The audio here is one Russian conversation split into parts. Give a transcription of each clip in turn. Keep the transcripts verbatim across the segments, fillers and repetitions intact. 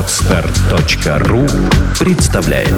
Подстер точка ру представляет.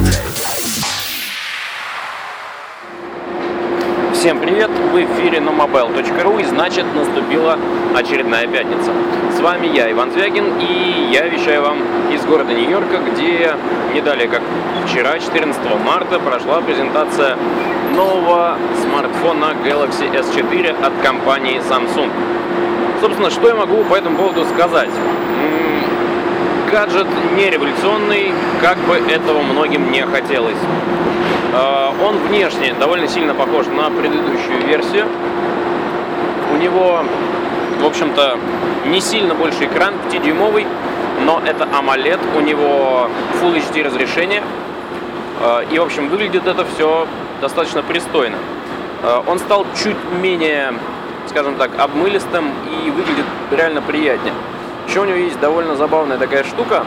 Всем привет! В эфире номобайл точка ру, и значит наступила очередная пятница. С вами я, Иван Звягин, и я вещаю вам из города Нью-Йорка, где не далее как вчера, четырнадцатого марта, прошла презентация нового смартфона Galaxy эс четыре от компании Samsung. Собственно, что я могу по этому поводу сказать? М-м, гаджет не революционный, как бы этого многим не хотелось. Он внешне довольно сильно похож на предыдущую версию. У него, в общем-то, не сильно больший экран, пятидюймовый, но это AMOLED, у него Full эйч ди разрешение. И, в общем, выглядит это все достаточно пристойно. Он стал чуть менее, скажем так, обмылистым и выглядит реально приятнее. Еще у него есть довольно забавная такая штука.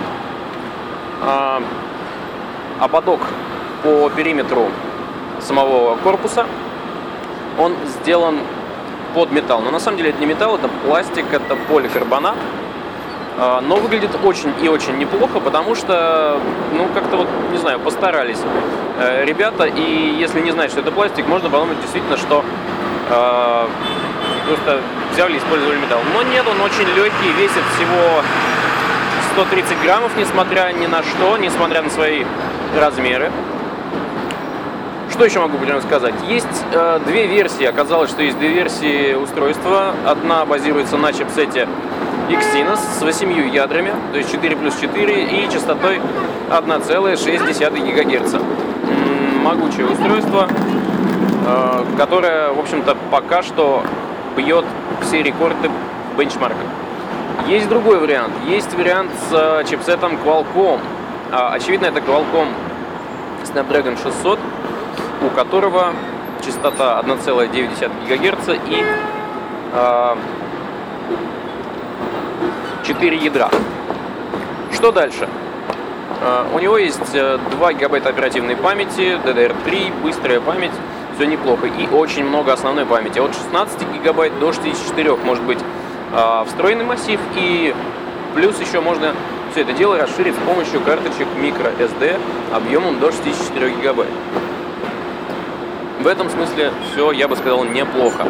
Ободок по периметру самого корпуса, он сделан под металл. Но на самом деле это не металл, это пластик, это поликарбонат. Но выглядит очень и очень неплохо, потому что, ну, как-то вот, не знаю, постарались ребята. И если не знать, что это пластик, можно подумать действительно, что э, просто взяли и использовали металл. Но нет, он очень легкий, весит всего сто тридцать граммов, несмотря ни на что, несмотря на свои размеры. Что еще могу прямо сказать? Есть э, две версии. Оказалось, что есть две версии устройства. Одна базируется на чипсете Exynos с восемью ядрами, то есть четыре плюс четыре, и частотой одна целая шесть десятых гигагерца. М-м, могучее устройство, э, которое, в общем-то, пока что бьет все рекорды бенчмарка. Есть другой вариант. Есть вариант с э, чипсетом Qualcomm. А, очевидно, это Qualcomm Snapdragon шестьсот, у которого частота одна целая девять десятых гигагерца и э, четыре ядра. Что дальше? Э, у него есть два гигабайта оперативной памяти, ди ди ар три, быстрая память, все неплохо, и очень много основной памяти. От шестнадцати гигабайт до шестидесяти четырёх может быть э, встроенный массив, и плюс еще можно все это дело расширить с помощью карточек microSD объемом до шестидесяти четырёх гигабайт. В этом смысле все, я бы сказал, неплохо.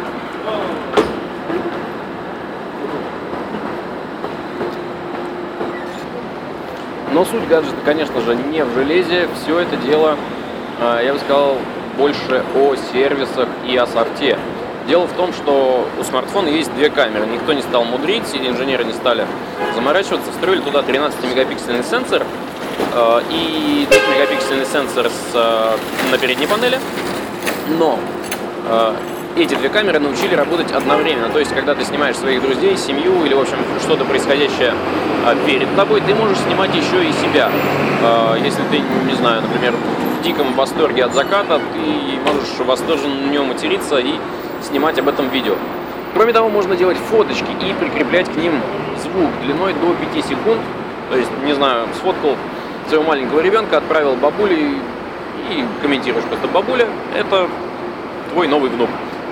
Но суть гаджета, конечно же, не в железе. Все это дело, я бы сказал, больше о сервисах и о софте. Дело в том, что у смартфона есть две камеры. Никто не стал мудрить, или инженеры не стали заморачиваться. Встроили туда тринадцатимегапиксельный сенсор и двухмегапиксельный сенсор с, на передней панели. Но э, эти две камеры научили работать одновременно. То есть, когда ты снимаешь своих друзей, семью или, в общем, что-то происходящее э, перед тобой, ты можешь снимать еще и себя. Э, если ты, не знаю, например, в диком восторге от заката, ты можешь восторженно на него материться и снимать об этом видео. Кроме того, можно делать фоточки и прикреплять к ним звук длиной до пяти секунд. То есть, не знаю, сфоткал своего маленького ребенка, отправил бабуле и комментируешь просто: бабуля, это твой новый внук.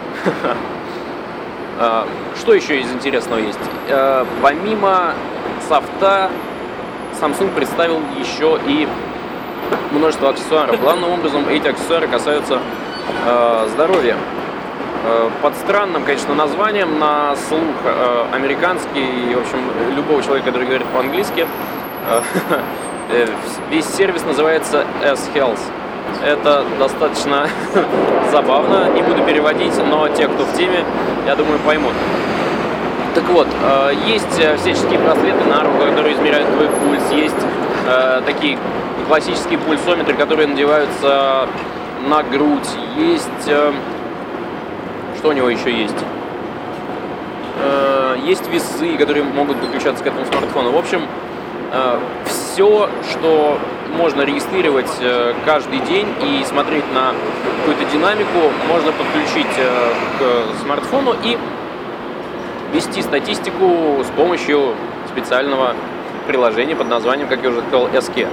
Что еще из интересного есть? Помимо софта, Samsung представил еще и множество аксессуаров. Главным образом эти аксессуары касаются здоровья. Под странным, конечно, названием, на слух американский, в общем, любого человека, который говорит по-английски, весь сервис называется S-Health. Это достаточно забавно, не буду переводить, но те, кто в теме, я думаю, поймут. Так вот, есть всяческие браслеты на руку, которые измеряют твой пульс, есть такие классические пульсометры, которые надеваются на грудь, есть... Что у него еще есть? Есть весы, которые могут подключаться к этому смартфону. В общем, все, что можно регистрировать каждый день и смотреть на какую-то динамику, можно подключить к смартфону и вести статистику с помощью специального приложения под названием, как я уже сказал, эс кей.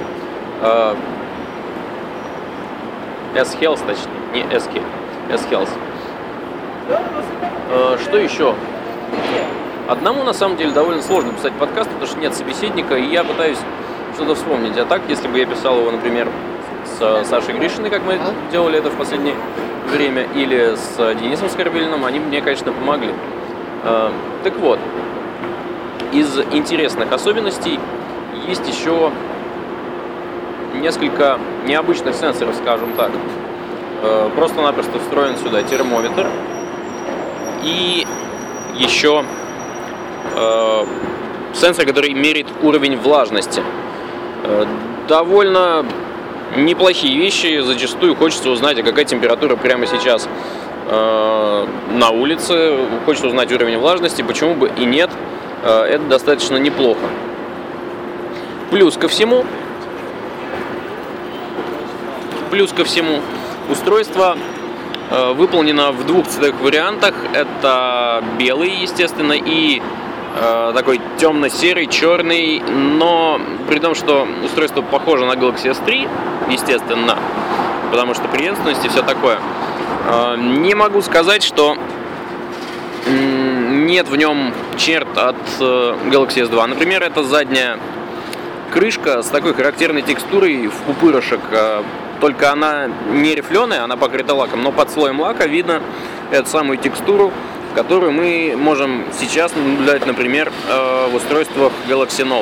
S-Health, точнее, не эс кей, S-Health. Что еще? Одному, на самом деле, довольно сложно писать подкаст, потому что нет собеседника, и я пытаюсь что-то вспомнить. А так, если бы я писал его, например, с Сашей Гришиной, как мы делали это в последнее время, или с Денисом Скорбелиным, они мне, конечно, помогли. Так вот, из интересных особенностей есть еще несколько необычных сенсоров, скажем так. Просто-напросто встроен сюда термометр и еще э, сенсор, который меряет уровень влажности. Э, довольно неплохие вещи. Зачастую хочется узнать, а какая температура прямо сейчас э, на улице. Хочется узнать уровень влажности, почему бы и нет. Э, это достаточно неплохо. Плюс ко всему, плюс ко всему, устройство э, выполнено в двух цветовых вариантах. Это белый, естественно, и э, такой темно-серый, черный. Но при том, что устройство похоже на Galaxy эс три, естественно, потому что преемственность и все такое, э, не могу сказать, что э, нет в нем черт от э, Galaxy эс два. Например, это задняя крышка с такой характерной текстурой в пупырышек. Э, Только она не рифленая, она покрыта лаком, но под слоем лака видно эту самую текстуру, которую мы можем сейчас наблюдать, например, в устройствах Galaxy Note.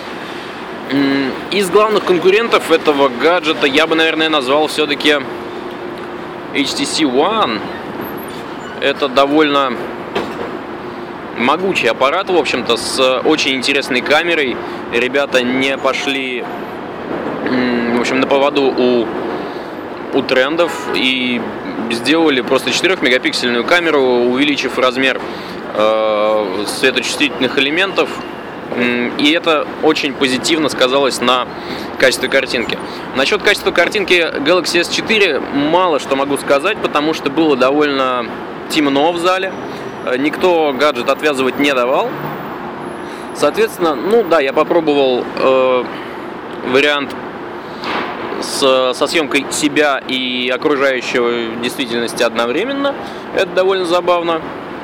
Из главных конкурентов этого гаджета я бы, наверное, назвал все-таки эйч ти си One. Это довольно могучий аппарат, в общем-то, с очень интересной камерой. Ребята не пошли, в общем, на поводу у, у трендов и сделали просто четырехмегапиксельную камеру, увеличив размер э, светочувствительных элементов. И это очень позитивно сказалось на качестве картинки. Насчет качества картинки Galaxy эс четыре мало что могу сказать, потому что было довольно темно в зале. Никто гаджет отвязывать не давал. Соответственно, ну да, я попробовал э, вариант с, со съемкой себя и окружающего действительности одновременно. Это довольно забавно.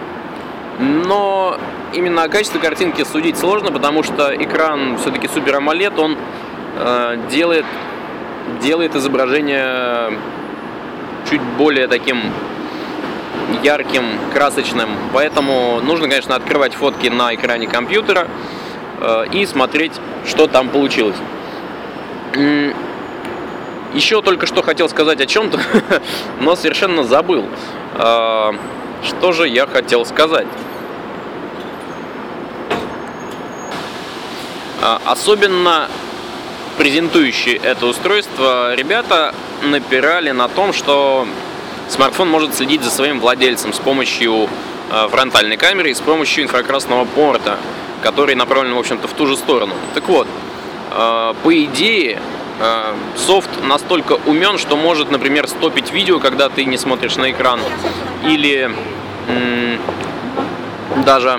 Но именно о качестве картинки судить сложно, потому что экран все-таки Super AMOLED, он э, делает, делает изображение чуть более таким ярким, красочным. Поэтому нужно, конечно, открывать фотки на экране компьютера э, и смотреть, что там получилось. Еще только что хотел сказать о чем-то, но совершенно забыл. Э, что же я хотел сказать? Э, особенно презентующие это устройство ребята напирали на том, что смартфон может следить за своим владельцем с помощью э, фронтальной камеры и с помощью инфракрасного порта, который направлен, в общем-то, в ту же сторону. Так вот, э, по идее, э, софт настолько умен, что может, например, стопить видео, когда ты не смотришь на экран, или м- даже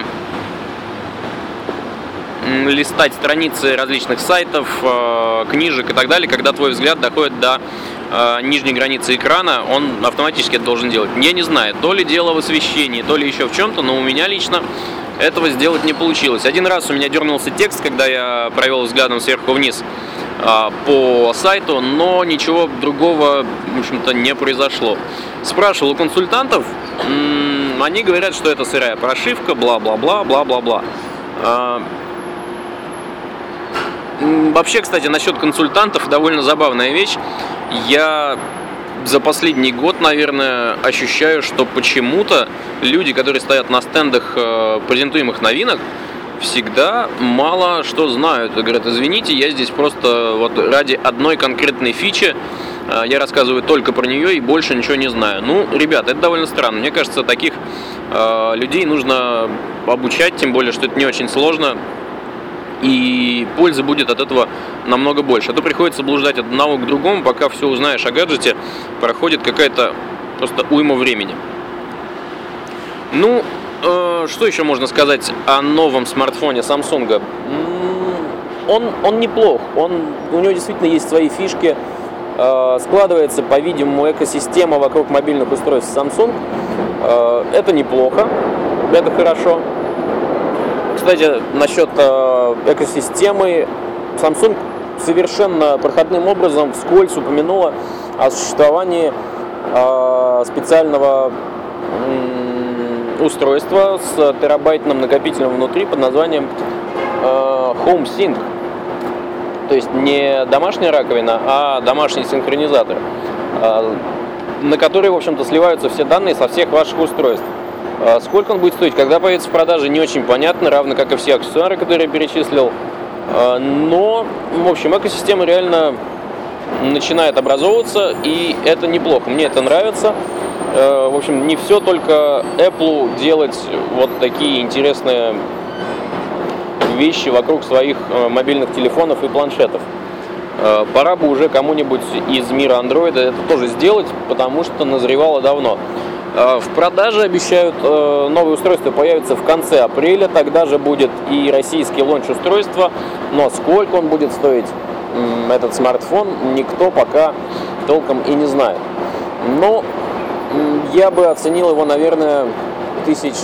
м- листать страницы различных сайтов, э, книжек и так далее, когда твой взгляд доходит до нижней границы экрана, он автоматически это должен делать. Я не знаю, то ли дело в освещении, то ли еще в чем-то, но у меня лично этого сделать не получилось. Один раз у меня дернулся текст, когда я провел взглядом сверху вниз а, по сайту, но ничего другого, в общем-то, не произошло. Спрашивал у консультантов, м- они говорят, что это сырая прошивка, бла-бла-бла, бла-бла-бла. А, Вообще, кстати, насчет консультантов довольно забавная вещь. Я за последний год, наверное, ощущаю, что почему-то люди, которые стоят на стендах э, презентуемых новинок, всегда мало что знают. И говорят, извините, я здесь просто вот ради одной конкретной фичи, э, я рассказываю только про нее и больше ничего не знаю. Ну, ребят, это довольно странно. Мне кажется, таких э, людей нужно обучать, тем более, что это не очень сложно. И пользы будет от этого намного больше. А то приходится блуждать от одного к другому, пока все узнаешь о гаджете, проходит какая-то просто уйма времени. Ну, э, что еще можно сказать о новом смартфоне Samsung? Он, он неплох, он, у него действительно есть свои фишки. Э, складывается, по-видимому, экосистема вокруг мобильных устройств Samsung. Э, это неплохо, это хорошо. Кстати, насчет э, экосистемы, Samsung совершенно проходным образом вскользь упомянула о существовании э, специального э, устройства с терабайтным накопителем внутри под названием э, HomeSync. То есть не домашняя раковина, а домашний синхронизатор, э, на который, в общем-то, сливаются все данные со всех ваших устройств. Э, сколько он будет стоить, когда появится в продаже, не очень понятно, равно как и все аксессуары, которые я перечислил. Но, в общем, экосистема реально начинает образовываться, и это неплохо. Мне это нравится. В общем, не все только Apple делать вот такие интересные вещи вокруг своих мобильных телефонов и планшетов. Пора бы уже кому-нибудь из мира Android это тоже сделать, потому что назревало давно. В продаже обещают, новые устройства появятся в конце апреля, тогда же будет и российский лонч устройства, но сколько он будет стоить, этот смартфон, никто пока толком и не знает. Но я бы оценил его, наверное, тысяч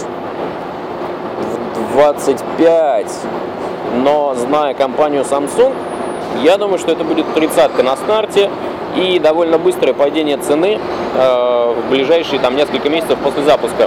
в двадцать пять, но зная компанию Samsung, я думаю, что это будет тридцатка на старте и довольно быстрое падение цены э, в ближайшие там несколько месяцев после запуска.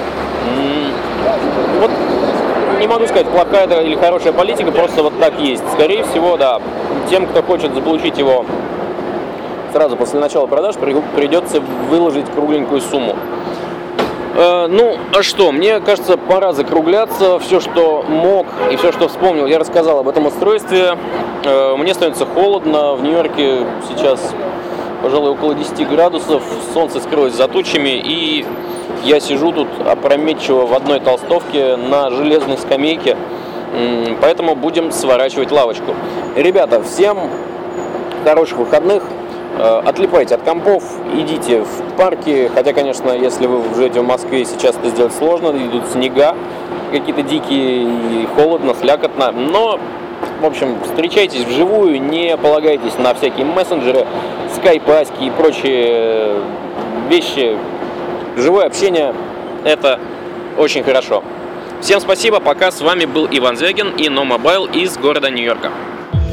М-м- вот не могу сказать, плохая это или хорошая политика, просто вот так есть. Скорее всего, да, тем, кто хочет заполучить его сразу после начала продаж, при- придется выложить кругленькую сумму. Э, ну, а что, мне кажется, пора закругляться. Все, что мог и все, что вспомнил, я рассказал об этом устройстве. Э, мне становится холодно. В Нью-Йорке сейчас, пожалуй, около десять градусов. Солнце скрылось за тучами, и я сижу тут опрометчиво в одной толстовке на железной скамейке. М- поэтому будем сворачивать лавочку. Ребята, всем хороших выходных. Отлипайте от компов, идите в парки, хотя, конечно, если вы живете в Москве, сейчас это сделать сложно, идут снега какие-то дикие, и холодно, слякотно, но, в общем, встречайтесь вживую, не полагайтесь на всякие мессенджеры, скайпаськи и прочие вещи. Живое общение – это очень хорошо. Всем спасибо, пока, с вами был Иван Звягин и NoMobile из города Нью-Йорка.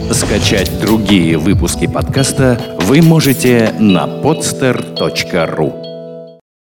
Скачать другие выпуски подкаста вы можете на podster точка ру.